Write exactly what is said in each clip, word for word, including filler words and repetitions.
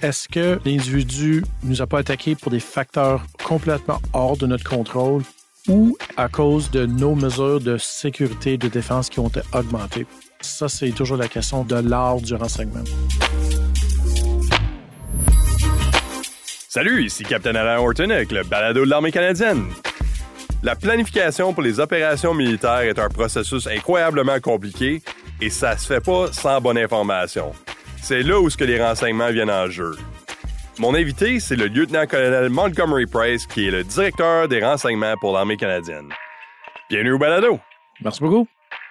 est-ce que l'individu ne nous a pas attaqué pour des facteurs complètement hors de notre contrôle ou à cause de nos mesures de sécurité et de défense qui ont été augmentées? Ça, c'est toujours la question de l'art du renseignement. Salut, ici Captain Alain Horton avec le balado de l'Armée canadienne. La planification pour les opérations militaires est un processus incroyablement compliqué et ça se fait pas sans bonne information. C'est là où ce que les renseignements viennent en jeu. Mon invité, c'est le lieutenant-colonel Montgomery Price, qui est le directeur des renseignements pour l'Armée canadienne. Bienvenue au balado. Merci beaucoup.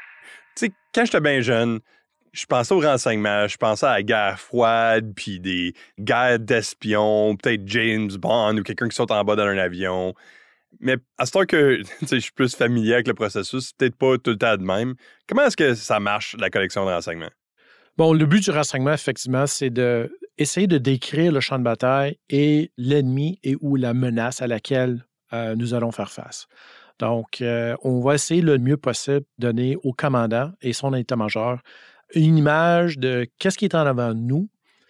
Tu sais, quand j'étais bien jeune, je pensais aux renseignements, je pensais à la guerre froide, puis des guerres d'espions, peut-être James Bond ou quelqu'un qui saute en bas d'un avion. Mais à ce temps que je suis plus familier avec le processus, c'est peut-être pas tout le temps de même. Comment est-ce que ça marche, la collection de renseignements? Bon, le but du renseignement, effectivement, c'est d'essayer de décrire le champ de bataille et l'ennemi et ou la menace à laquelle euh, nous allons faire face. Donc, euh, on va essayer le mieux possible de donner au commandant et son état-major une image de qu'est-ce qui est en avant de nous.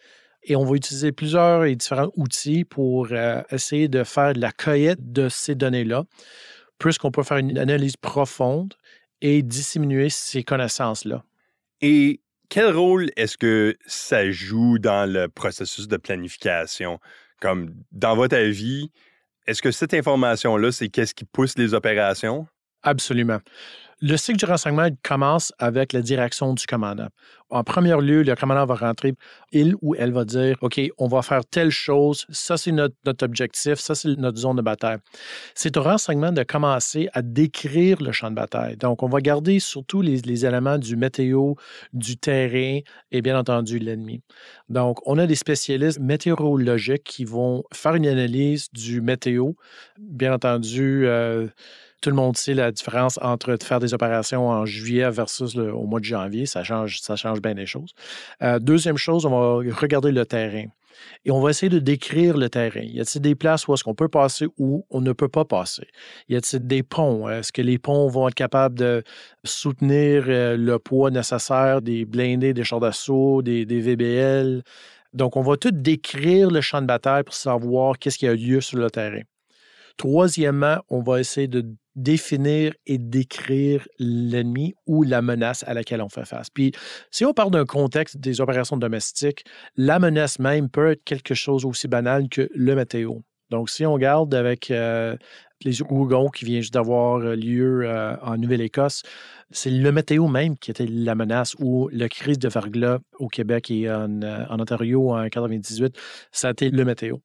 Et on va utiliser plusieurs et différents outils pour euh, essayer de faire de la cueillette de ces données-là, puisqu'on peut faire une analyse profonde et disséminer ces connaissances-là. Et quel rôle est-ce que ça joue dans le processus de planification? Comme dans votre avis, est-ce que cette information-là, c'est qu'est-ce qui pousse les opérations? Absolument. Le cycle du renseignement commence avec la direction du commandant. En premier lieu, le commandant va rentrer, il ou elle va dire « OK, on va faire telle chose, ça c'est notre, notre objectif, ça c'est notre zone de bataille ». C'est au renseignement de commencer à décrire le champ de bataille. Donc, on va garder surtout les, les éléments du météo, du terrain et bien entendu l'ennemi. Donc, on a des spécialistes météorologiques qui vont faire une analyse du météo. Bien entendu, euh, tout le monde sait la différence entre faire des opérations en juillet versus le, au mois de janvier. Ça change, ça change bien les choses. Euh, deuxième chose, on va regarder le terrain. Et on va essayer de décrire le terrain. Y a-t-il des places où est-ce qu'on peut passer ou on ne peut pas passer? Y a-t-il des ponts? Est-ce que les ponts vont être capables de soutenir le poids nécessaire des blindés, des chars d'assaut, des, des V B L? Donc, on va tout décrire le champ de bataille pour savoir qu'est-ce qui a lieu sur le terrain. Troisièmement, on va essayer de définir et décrire l'ennemi ou la menace à laquelle on fait face. Puis, si on parle d'un contexte des opérations domestiques, la menace même peut être quelque chose aussi banal que le météo. Donc, si on regarde avec euh, les ouragans qui viennent juste d'avoir lieu euh, en Nouvelle-Écosse, c'est le météo même qui était la menace ou la crise de verglas au Québec et en, en Ontario en quatre-vingt-dix-huit, ça a été le météo.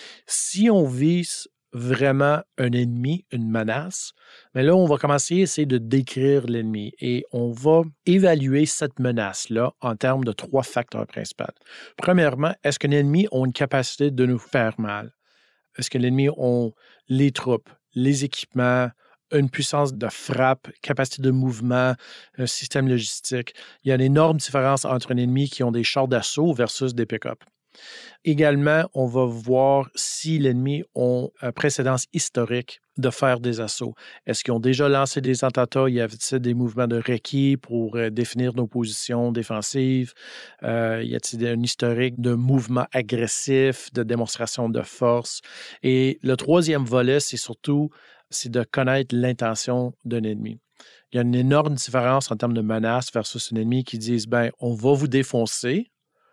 Si on vise vraiment un ennemi, une menace, mais là, on va commencer à essayer de décrire l'ennemi et on va évaluer cette menace-là en termes de trois facteurs principaux. Premièrement, est-ce que l'ennemi a une capacité de nous faire mal? Est-ce que l'ennemi a les troupes, les équipements, une puissance de frappe, capacité de mouvement, un système logistique? Il y a une énorme différence entre un ennemi qui ont des chars d'assaut versus des pick-up. Également, on va voir si l'ennemi a une précédence historique de faire des assauts. Est-ce qu'ils ont déjà lancé des attentats? Y a-t-il des mouvements de requis pour euh, définir nos positions défensives? Euh, y a-t-il un historique de mouvement agressif, de démonstration de force? Et le troisième volet, c'est surtout c'est de connaître l'intention d'un ennemi. Il y a une énorme différence en termes de menace versus un ennemi qui dit « ben on va vous défoncer »,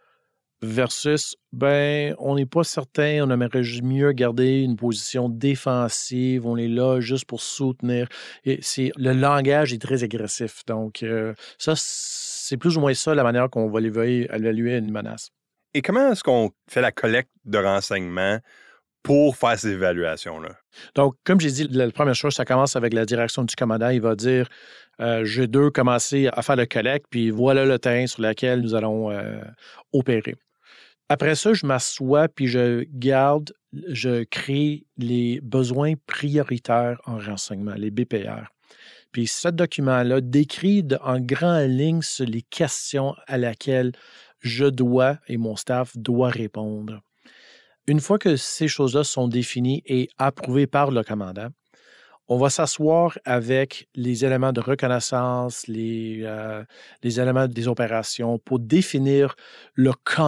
versus, ben, on n'est pas certain, on aimerait mieux garder une position défensive, on est là juste pour soutenir. Et c'est, le langage est très agressif. Donc, euh, ça, c'est plus ou moins ça la manière qu'on va évaluer, évaluer une menace. Et comment est-ce qu'on fait la collecte de renseignements pour faire ces évaluations-là? Donc, comme j'ai dit, la première chose, ça commence avec la direction du commandant. Il va dire, euh, j'ai deux commencer à faire le collecte, puis voilà le terrain sur lequel nous allons euh, opérer. Après ça, je m'assois puis je garde, je crée les besoins prioritaires en renseignement, les B P R. Puis ce document-là décrit de, en grande ligne sur les questions à laquelle je dois et mon staff doit répondre. Une fois que ces choses-là sont définies et approuvées par le commandant, on va s'asseoir avec les éléments de reconnaissance, les, euh, les éléments des opérations pour définir le comment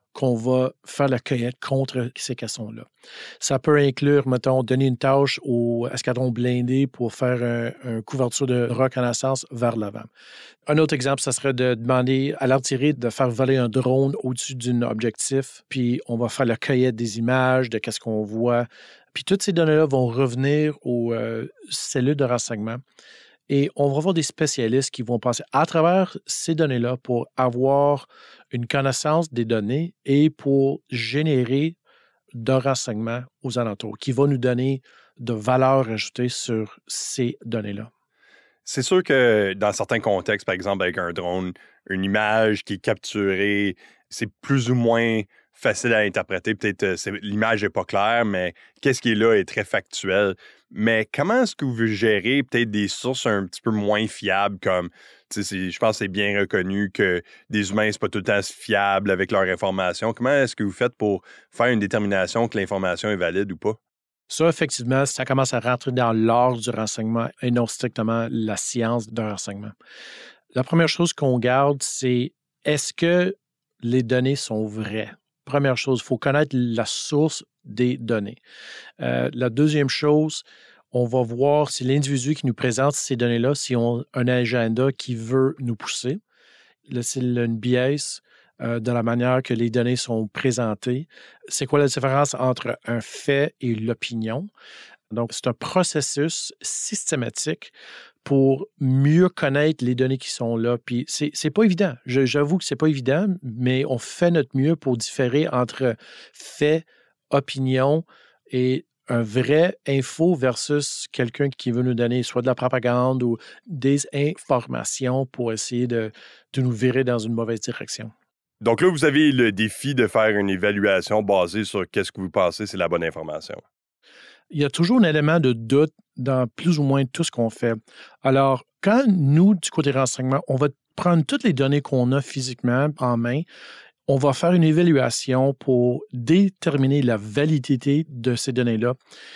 qu'on va faire la cueillette contre ces caissons-là. Ça peut inclure, mettons, donner une tâche au escadron blindé pour faire un, un couverture de reconnaissance vers l'avant. Un autre exemple, ça serait de demander à l'artillerie de faire voler un drone au-dessus d'un objectif, puis on va faire la cueillette des images, de qu'est-ce qu'on voit. Puis toutes ces données-là vont revenir aux euh, cellules de renseignement. Et on va avoir des spécialistes qui vont passer à travers ces données-là pour avoir une connaissance des données et pour générer de renseignements aux alentours qui vont nous donner de valeur ajoutée sur ces données-là. C'est sûr que dans certains contextes, par exemple avec un drone, une image qui est capturée, c'est plus ou moins facile à interpréter. Peut-être c'est, l'image n'est pas claire, mais qu'est-ce qui est là est très factuel. Mais comment est-ce que vous gérez peut-être des sources un petit peu moins fiables comme, tu sais, je pense que c'est bien reconnu que des humains, c'est pas tout le temps fiable avec leur information. Comment est-ce que vous faites pour faire une détermination que l'information est valide ou pas? Ça, effectivement, ça commence à rentrer dans l'art du renseignement et non strictement la science d'un renseignement. La première chose qu'on garde, c'est est-ce que les données sont vraies? Première chose, il faut connaître la source des données. Euh, la deuxième chose, on va voir si l'individu qui nous présente ces données-là, si on a un agenda qui veut nous pousser. Là, c'est une biais euh, de la manière que les données sont présentées. C'est quoi la différence entre un fait et l'opinion? Donc, c'est un processus systématique pour mieux connaître les données qui sont là. Puis, c'est, c'est pas évident. Je, j'avoue que c'est pas évident, mais on fait notre mieux pour différer entre fait, opinion et un vrai info versus quelqu'un qui veut nous donner soit de la propagande ou des informations pour essayer de, de nous virer dans une mauvaise direction. Donc là, vous avez le défi de faire une évaluation basée sur qu'est-ce que vous pensez c'est la bonne information. Il y a toujours un élément de doute dans plus ou moins tout ce qu'on fait. Alors, quand nous, du côté renseignement, on va prendre toutes les données qu'on a physiquement en main, on va faire une évaluation pour déterminer la validité de ces données-là.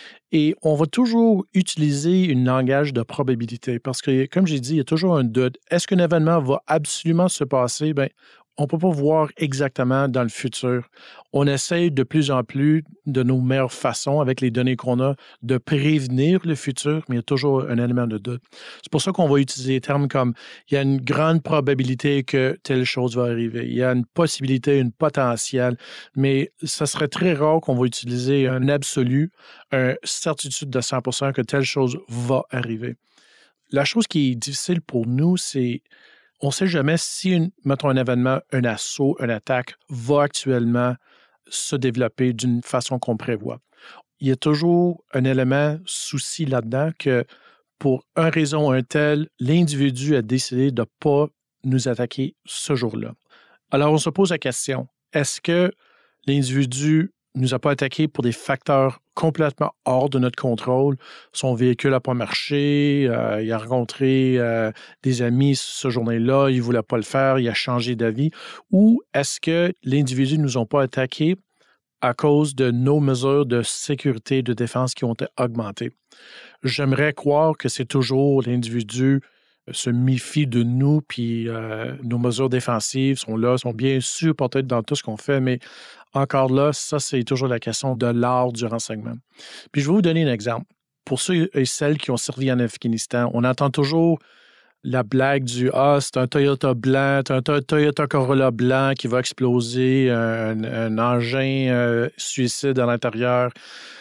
Et on va toujours utiliser un langage de probabilité parce que, comme j'ai dit, il y a toujours un doute. Est-ce qu'un événement va absolument se passer? Bien, on ne peut pas voir exactement dans le futur. On essaie de plus en plus, de nos meilleures façons, avec les données qu'on a, de prévenir le futur, mais il y a toujours un élément de doute. C'est pour ça qu'on va utiliser des termes comme « il y a une grande probabilité que telle chose va arriver », il y a une possibilité, une potentielle, mais ça serait très rare qu'on va utiliser un absolu, une certitude de cent pour cent que telle chose va arriver. La chose qui est difficile pour nous, c'est on ne sait jamais si, une, mettons, un événement, un assaut, une attaque va actuellement se développer d'une façon qu'on prévoit. Il y a toujours un élément souci là-dedans que pour une raison ou un tel, l'individu a décidé de ne pas nous attaquer ce jour-là. Alors, on se pose la question, est-ce que l'individu ne nous a pas attaqué pour des facteurs complètement hors de notre contrôle? Son véhicule n'a pas marché, euh, il a rencontré euh, des amis ce journée-là, il ne voulait pas le faire, il a changé d'avis. Ou est-ce que l'individu ne nous a pas attaqué à cause de nos mesures de sécurité et de défense qui ont été augmentées? J'aimerais croire que c'est toujours l'individu se méfie de nous, puis euh, nos mesures défensives sont là, sont bien sûr peut-être dans tout ce qu'on fait, mais encore là, ça, c'est toujours la question de l'art du renseignement. Puis je vais vous donner un exemple. Pour ceux et celles qui ont servi en Afghanistan, on entend toujours la blague du « Ah, c'est un Toyota blanc, c'est un Toyota Corolla blanc qui va exploser, un, un engin euh, suicide à l'intérieur. »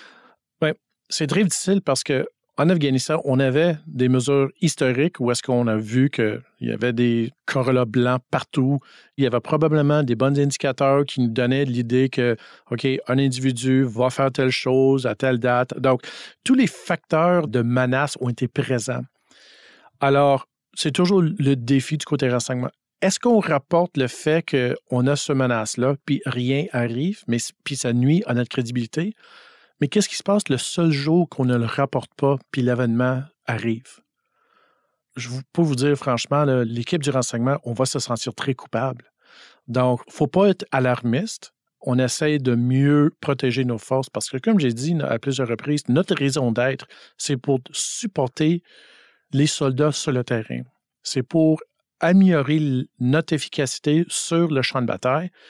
Bien, c'est très difficile parce que en Afghanistan, on avait des mesures historiques où est-ce qu'on a vu qu'il y avait des Corolla blancs partout. Il y avait probablement des bons indicateurs qui nous donnaient l'idée que, OK, un individu va faire telle chose à telle date. Donc, tous les facteurs de menace ont été présents. Alors, c'est toujours le défi du côté renseignement. Est-ce qu'on rapporte le fait qu'on a ce menace-là, puis rien arrive, mais puis ça nuit à notre crédibilité? Mais qu'est-ce qui se passe le seul jour qu'on ne le rapporte pas, puis l'événement arrive? Je peux vous dire franchement, là, l'équipe du renseignement, on va se sentir très coupable. Donc, il ne faut pas être alarmiste. On essaie de mieux protéger nos forces parce que, comme j'ai dit à plusieurs reprises, notre raison d'être, c'est pour supporter les soldats sur le terrain. C'est pour améliorer notre efficacité sur le champ de bataille.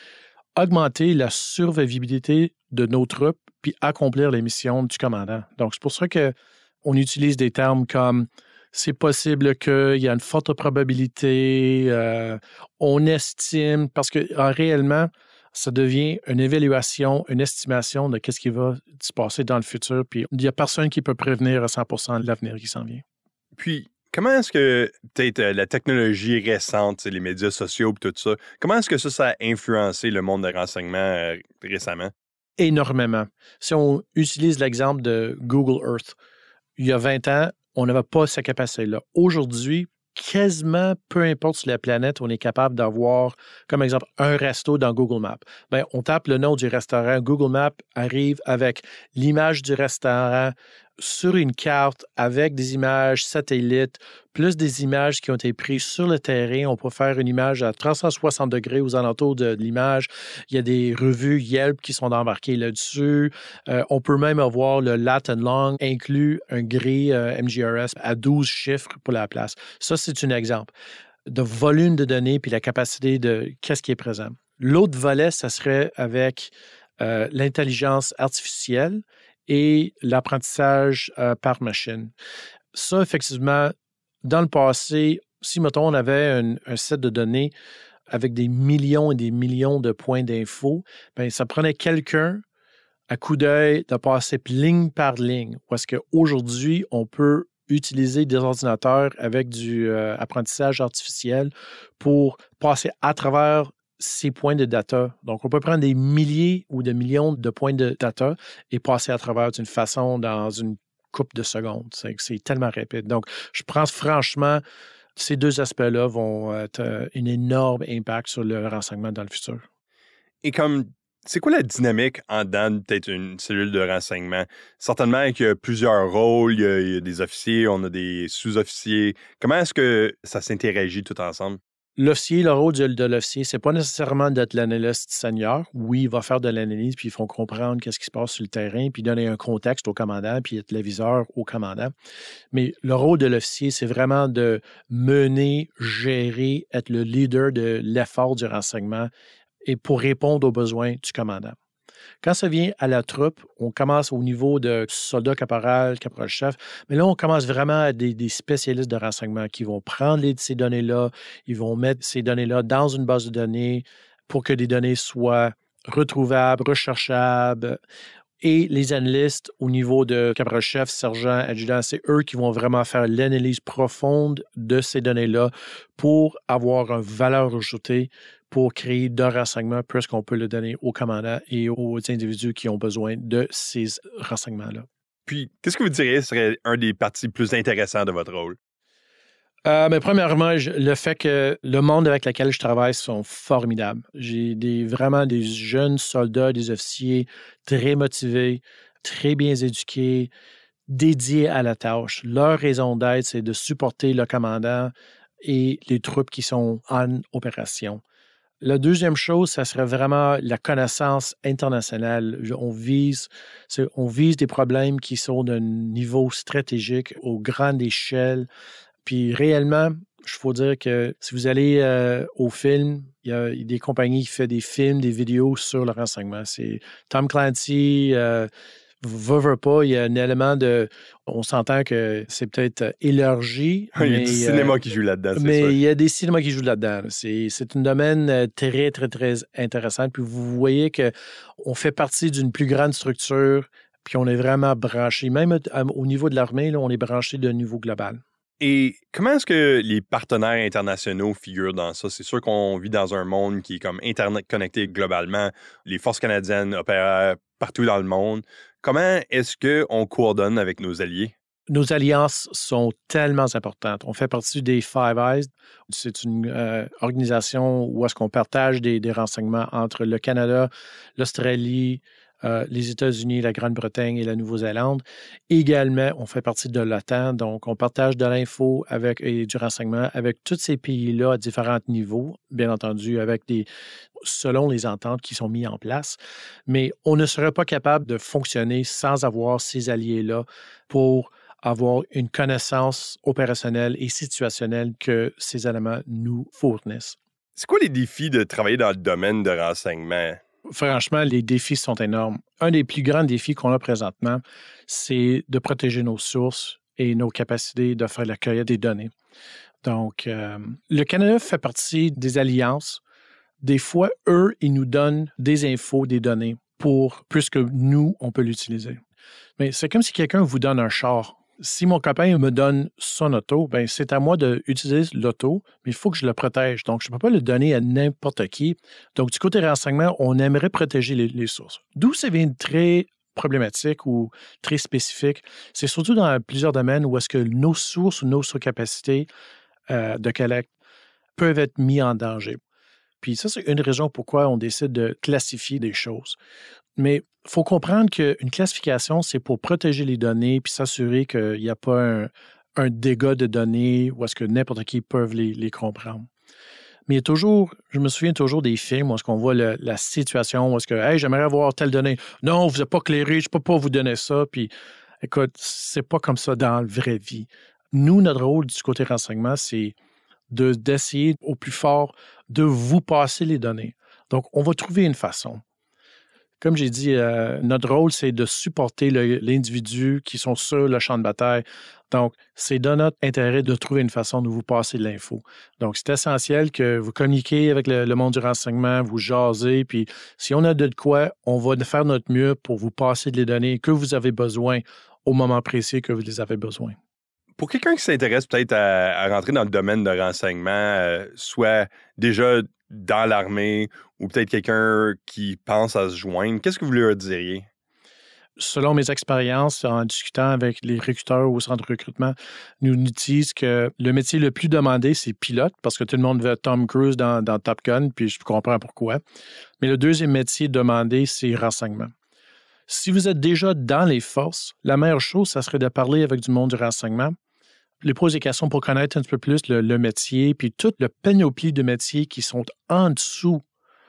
augmenter la survivabilité de nos troupes puis accomplir les missions du commandant. Donc, c'est pour ça qu'on utilise des termes comme c'est possible qu'il y a une forte probabilité, euh, on estime, parce que euh, réellement, ça devient une évaluation, une estimation de ce qui va se passer dans le futur. Puis il n'y a personne qui peut prévenir à cent pour cent de l'avenir qui s'en vient. Puis, comment est-ce que peut-être la technologie récente, les médias sociaux et tout ça, comment est-ce que ça, ça a influencé le monde de renseignement euh, récemment? Énormément. Si on utilise l'exemple de Google Earth, il y a vingt ans, on n'avait pas cette capacité-là. Aujourd'hui, quasiment peu importe sur la planète, on est capable d'avoir, comme exemple, un resto dans Google Maps. Bien, on tape le nom du restaurant, Google Maps arrive avec l'image du restaurant sur une carte avec des images satellites, plus des images qui ont été prises sur le terrain. On peut faire une image à trois cent soixante degrés aux alentours de, de l'image. Il y a des revues Yelp qui sont embarquées là-dessus. Euh, on peut même avoir le lat and long inclus un grille euh, M G R S à douze chiffres pour la place. Ça, c'est un exemple de volume de données puis la capacité de qu'est-ce qui est présent. L'autre volet, ça serait avec euh, l'intelligence artificielle et l'apprentissage euh, par machine. Ça, effectivement, dans le passé, si, mettons, on avait un, un set de données avec des millions et des millions de points d'infos, bien, ça prenait quelqu'un à coup d'œil de passer ligne par ligne. Parce qu'aujourd'hui, on peut utiliser des ordinateurs avec du euh, apprentissage artificiel pour passer à travers ces points de data. Donc, on peut prendre des milliers ou des millions de points de data et passer à travers d'une façon dans une couple de secondes. C'est, c'est tellement rapide. Donc, je pense franchement, ces deux aspects-là vont être un énorme impact sur le renseignement dans le futur. Et comme, c'est quoi la dynamique en dedans de peut-être une cellule de renseignement? Certainement qu'il y a plusieurs rôles, il y a, il y a des officiers, on a des sous-officiers. Comment est-ce que ça s'interagit tout ensemble? L'officier, le rôle de, de l'officier, c'est pas nécessairement d'être l'analyste senior. Oui, il va faire de l'analyse, puis ils font comprendre qu'est-ce qui se passe sur le terrain, puis donner un contexte au commandant, puis être le viseur au commandant. Mais le rôle de l'officier, c'est vraiment de mener, gérer, être le leader de l'effort du renseignement et pour répondre aux besoins du commandant. Quand ça vient à la troupe, on commence au niveau de soldat, caporal, caporal-chef, mais là, on commence vraiment à des, des spécialistes de renseignement qui vont prendre les, ces données-là, ils vont mettre ces données-là dans une base de données pour que les données soient retrouvables, recherchables. Et les analystes au niveau de caporal-chef, sergent, adjudant, c'est eux qui vont vraiment faire l'analyse profonde de ces données-là pour avoir une valeur ajoutée pour créer de renseignements puisqu'on peut le donner aux commandants et aux individus qui ont besoin de ces renseignements-là. Puis, qu'est-ce que vous diriez serait un des parties plus intéressants de votre rôle? Euh, mais premièrement, je, le fait que le monde avec lequel je travaille sont formidables. J'ai des, vraiment des jeunes soldats, des officiers très motivés, très bien éduqués, dédiés à la tâche. Leur raison d'être, c'est de supporter le commandant et les troupes qui sont en opération. La deuxième chose, ça serait vraiment la connaissance internationale. On vise, on vise des problèmes qui sont d'un niveau stratégique, aux grandes échelles. Puis réellement, il faut dire que si vous allez euh, au film, il y a des compagnies qui font des films, des vidéos sur le renseignement. C'est Tom Clancy, euh, veut, veut pas, il y a un élément de... On s'entend que c'est peut-être élargi. Il y a mais, du cinéma euh, qui joue là-dedans, c'est Mais sûr. il y a des cinémas qui jouent là-dedans. C'est, c'est un domaine très, très, très intéressant. Puis vous voyez qu'on fait partie d'une plus grande structure, puis on est vraiment branché. Même au niveau de l'armée, là, on est branché d'un niveau global. Et comment est-ce que les partenaires internationaux figurent dans ça? C'est sûr qu'on vit dans un monde qui est comme Internet connecté globalement. Les forces canadiennes opèrent partout dans le monde. Comment est-ce qu'on coordonne avec nos alliés? Nos alliances sont tellement importantes. On fait partie des Five Eyes. C'est une euh, organisation où est-ce qu'on partage des, des renseignements entre le Canada, l'Australie, Euh, les États-Unis, la Grande-Bretagne et la Nouvelle-Zélande. Également, on fait partie de l'OTAN, donc on partage de l'info avec, et du renseignement avec tous ces pays-là à différents niveaux, bien entendu, avec des, selon les ententes qui sont mises en place. Mais on ne serait pas capable de fonctionner sans avoir ces alliés-là pour avoir une connaissance opérationnelle et situationnelle que ces éléments nous fournissent. C'est quoi les défis de travailler dans le domaine de renseignement? Franchement, les défis sont énormes. Un des plus grands défis qu'on a présentement, c'est de protéger nos sources et nos capacités de faire la cueillette des données. Donc, euh, le Canada fait partie des alliances. Des fois, eux, ils nous donnent des infos, des données pour plus que nous, on peut l'utiliser. Mais c'est comme si quelqu'un vous donne un char. Si mon copain me donne son auto, ben c'est à moi d'utiliser l'auto, mais il faut que je le protège. Donc, je ne peux pas le donner à n'importe qui. Donc, du côté renseignement, on aimerait protéger les, les sources. D'où ça vient très problématique ou très spécifique. C'est surtout dans plusieurs domaines où est-ce que nos sources ou nos surcapacités euh, de collecte peuvent être mis en danger. Puis ça, c'est une raison pourquoi on décide de classifier des choses. Mais il faut comprendre qu'une classification, c'est pour protéger les données puis s'assurer qu'il n'y a pas un, un dégât de données où est-ce que n'importe qui peut les, les comprendre. Mais il y a toujours, je me souviens toujours des films où est-ce qu'on voit le, la situation où est-ce que, hey, j'aimerais avoir telle donnée. Non, vous n'êtes pas clairé, je ne peux pas vous donner ça. Puis, écoute, c'est pas comme ça dans la vraie vie. Nous, notre rôle du côté renseignement, c'est de, d'essayer au plus fort de vous passer les données. Donc, on va trouver une façon. Comme j'ai dit, euh, notre rôle, c'est de supporter le, l'individu qui sont sur le champ de bataille. Donc, c'est dans notre intérêt de trouver une façon de vous passer de l'info. Donc, c'est essentiel que vous communiquiez avec le, le monde du renseignement, vous jasez, puis si on a de quoi, on va faire notre mieux pour vous passer les données que vous avez besoin au moment précis que vous les avez besoin. Pour quelqu'un qui s'intéresse peut-être à, à rentrer dans le domaine de renseignement, euh, soit déjà dans l'armée ou peut-être quelqu'un qui pense à se joindre, qu'est-ce que vous leur diriez? Selon mes expériences, en discutant avec les recruteurs au centre de recrutement, nous nous disent que le métier le plus demandé, c'est pilote, parce que tout le monde veut Tom Cruise dans, dans Top Gun, puis je comprends pourquoi. Mais le deuxième métier demandé, c'est renseignement. Si vous êtes déjà dans les forces, la meilleure chose, ça serait de parler avec du monde du renseignement, les poser des questions pour connaître un petit peu plus le, le métier, puis toute le panoplie de métiers qui sont en dessous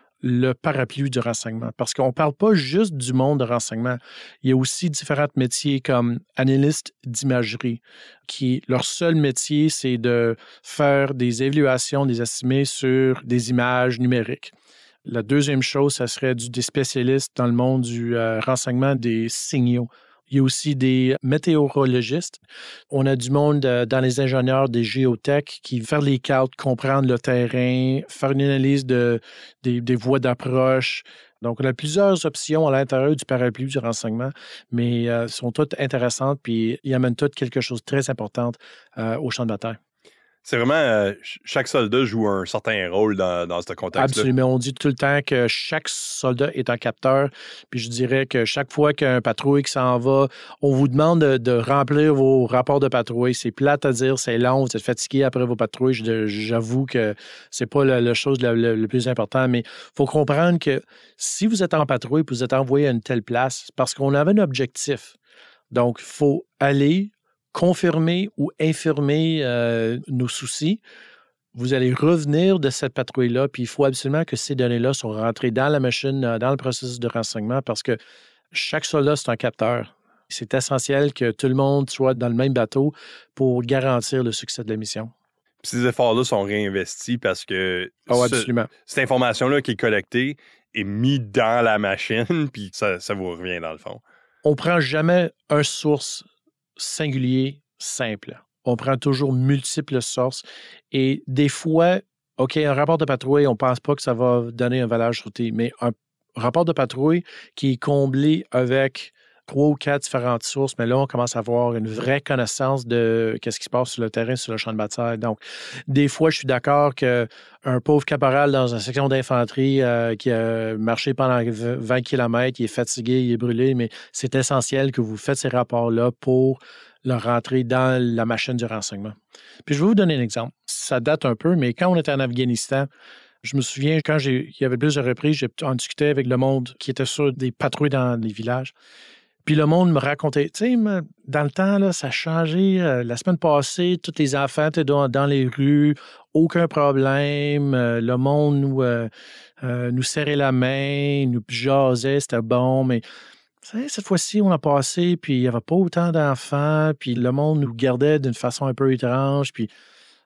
le parapluie du renseignement. Parce qu'on ne parle pas juste du monde de renseignement. Il y a aussi différents métiers comme analystes d'imagerie, qui, leur seul métier, c'est de faire des évaluations, des estimés sur des images numériques. La deuxième chose, ça serait du, des spécialistes dans le monde du euh, renseignement des signaux. Il y a aussi des météorologistes. On a du monde euh, dans les ingénieurs des géotech qui font les cartes, comprendre le terrain, faire une analyse de, des, des voies d'approche. Donc, on a plusieurs options à l'intérieur du parapluie du renseignement, mais euh, sont toutes intéressantes puis ils amènent toutes quelque chose de très important euh, au champ de bataille. C'est vraiment, euh, chaque soldat joue un certain rôle dans, dans ce contexte-là. Absolument. On dit tout le temps que chaque soldat est un capteur. Puis je dirais que chaque fois qu'il y a un patrouille qui s'en va, on vous demande de, de remplir vos rapports de patrouille. C'est plate à dire, c'est long, vous êtes fatigué après vos patrouilles. Je, j'avoue que c'est pas la, la chose la, la, le plus important, mais il faut comprendre que si vous êtes en patrouille et vous êtes envoyé à une telle place, c'est parce qu'on avait un objectif. Donc, il faut aller confirmer ou infirmer euh, nos soucis. Vous allez revenir de cette patrouille-là, puis il faut absolument que ces données-là soient rentrées dans la machine, dans le processus de renseignement, parce que chaque soldat, c'est un capteur. C'est essentiel que tout le monde soit dans le même bateau pour garantir le succès de la mission. Puis ces efforts-là sont réinvestis parce que oh, absolument. Ce, cette information-là qui est collectée est mise dans la machine, puis ça, ça vous revient dans le fond. On ne prend jamais un source singulier, simple. On prend toujours multiples sources et des fois, OK, un rapport de patrouille, on ne pense pas que ça va donner une valeur ajoutée, mais un rapport de patrouille qui est comblé avec trois ou quatre différentes sources, mais là, on commence à avoir une vraie connaissance de ce qui se passe sur le terrain, sur le champ de bataille. Donc, des fois, je suis d'accord qu'un pauvre caporal dans une section d'infanterie euh, qui a marché pendant vingt kilomètres, il est fatigué, il est brûlé, mais c'est essentiel que vous faites ces rapports-là pour le rentrer dans la machine du renseignement. Puis, je vais vous donner un exemple. Ça date un peu, mais quand on était en Afghanistan, je me souviens, quand j'ai, il y avait plusieurs reprises, j'ai en discuté avec le monde qui était sur des patrouilles dans les villages. Puis le monde me racontait, tu sais, dans le temps, là, ça a changé. Euh, la semaine passée, tous les enfants étaient dans, dans les rues, aucun problème. Euh, le monde nous, euh, euh, nous serrait la main, nous jasait, c'était bon. Mais cette fois-ci, on a passé, puis il n'y avait pas autant d'enfants, puis le monde nous gardait d'une façon un peu étrange. Puis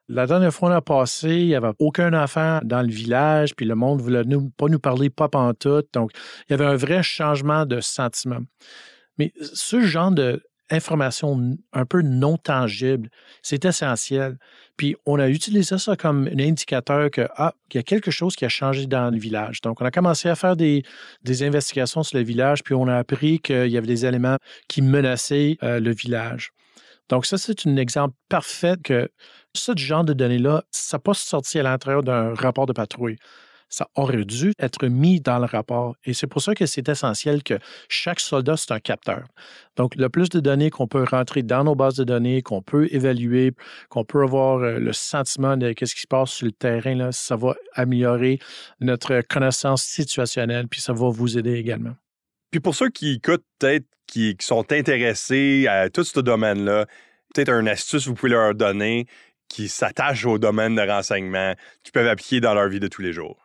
La dernière fois, on a passé, il n'y avait aucun enfant dans le village, puis le monde ne voulait nous, pas nous parler, pas pantoute. Donc, il y avait un vrai changement de sentiment. Mais ce genre d'information un peu non tangible, c'est essentiel. Puis, on a utilisé ça comme un indicateur que, ah, il y a quelque chose qui a changé dans le village. Donc, on a commencé à faire des, des investigations sur le village, puis on a appris qu'il y avait des éléments qui menaçaient euh, le village. Donc, ça, c'est un exemple parfait que ce genre de données-là, ça n'a pas sorti à l'intérieur d'un rapport de patrouille. Ça aurait dû être mis dans le rapport. Et c'est pour ça que c'est essentiel que chaque soldat, c'est un capteur. Donc, le plus de données qu'on peut rentrer dans nos bases de données, qu'on peut évaluer, qu'on peut avoir le sentiment de ce qui se passe sur le terrain, là, ça va améliorer notre connaissance situationnelle, puis ça va vous aider également. Puis pour ceux qui écoutent, peut-être, qui, qui sont intéressés à tout ce domaine-là, peut-être une astuce que vous pouvez leur donner qui s'attache au domaine de renseignement, qu'ils peuvent appliquer dans leur vie de tous les jours.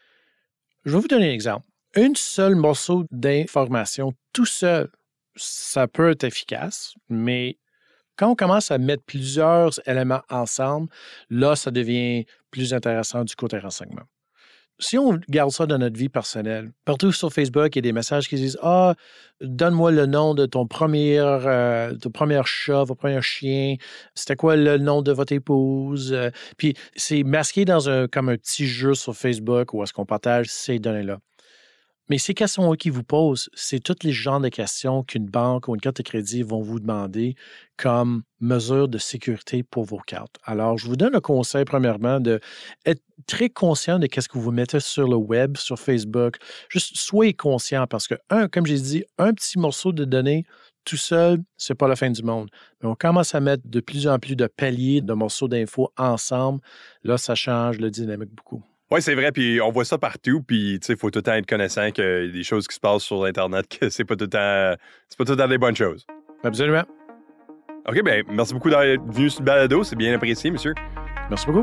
Je vais vous donner un exemple. Un seul morceau d'information, tout seul, ça peut être efficace, mais quand on commence à mettre plusieurs éléments ensemble, là, ça devient plus intéressant du côté renseignement. Si on garde ça dans notre vie personnelle, partout sur Facebook, il y a des messages qui disent « Ah, donne-moi le nom de ton premier, euh, ton premier chat, votre premier chien. C'était quoi le nom de votre épouse? Euh, » Puis c'est masqué dans un, comme un petit jeu sur Facebook où est-ce qu'on partage ces données-là. Mais ces questions qu'ils vous posent, c'est tous les genres de questions qu'une banque ou une carte de crédit vont vous demander comme mesure de sécurité pour vos cartes. Alors, je vous donne le conseil, premièrement, d'être très conscient de ce que vous mettez sur le web, sur Facebook. Juste soyez conscient parce que, un, comme j'ai dit, un petit morceau de données tout seul, c'est pas la fin du monde. Mais on commence à mettre de plus en plus de paliers, de morceaux d'infos ensemble. Là, ça change le dynamique beaucoup. Oui, c'est vrai, puis on voit ça partout, puis tu sais, il faut tout le temps être connaissant qu'il y a des choses qui se passent sur Internet, que c'est pas tout le temps, c'est pas tout le temps des bonnes choses. Absolument. OK, bien, merci beaucoup d'être venu sur le balado, c'est bien apprécié, monsieur. Merci beaucoup.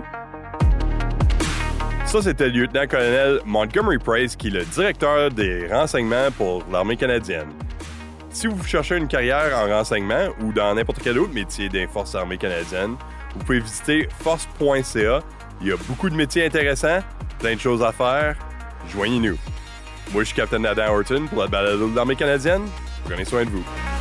Ça, c'était le lieutenant-colonel Montgomery Price, qui est le directeur des renseignements pour l'armée canadienne. Si vous cherchez une carrière en renseignement ou dans n'importe quel autre métier des Forces armées canadiennes, vous pouvez visiter force point c a. Il y a beaucoup de métiers intéressants, plein de choses à faire. Joignez-nous. Moi, je suis Capitaine Adam Horton pour la balado de l'armée canadienne. Prenez soin de vous.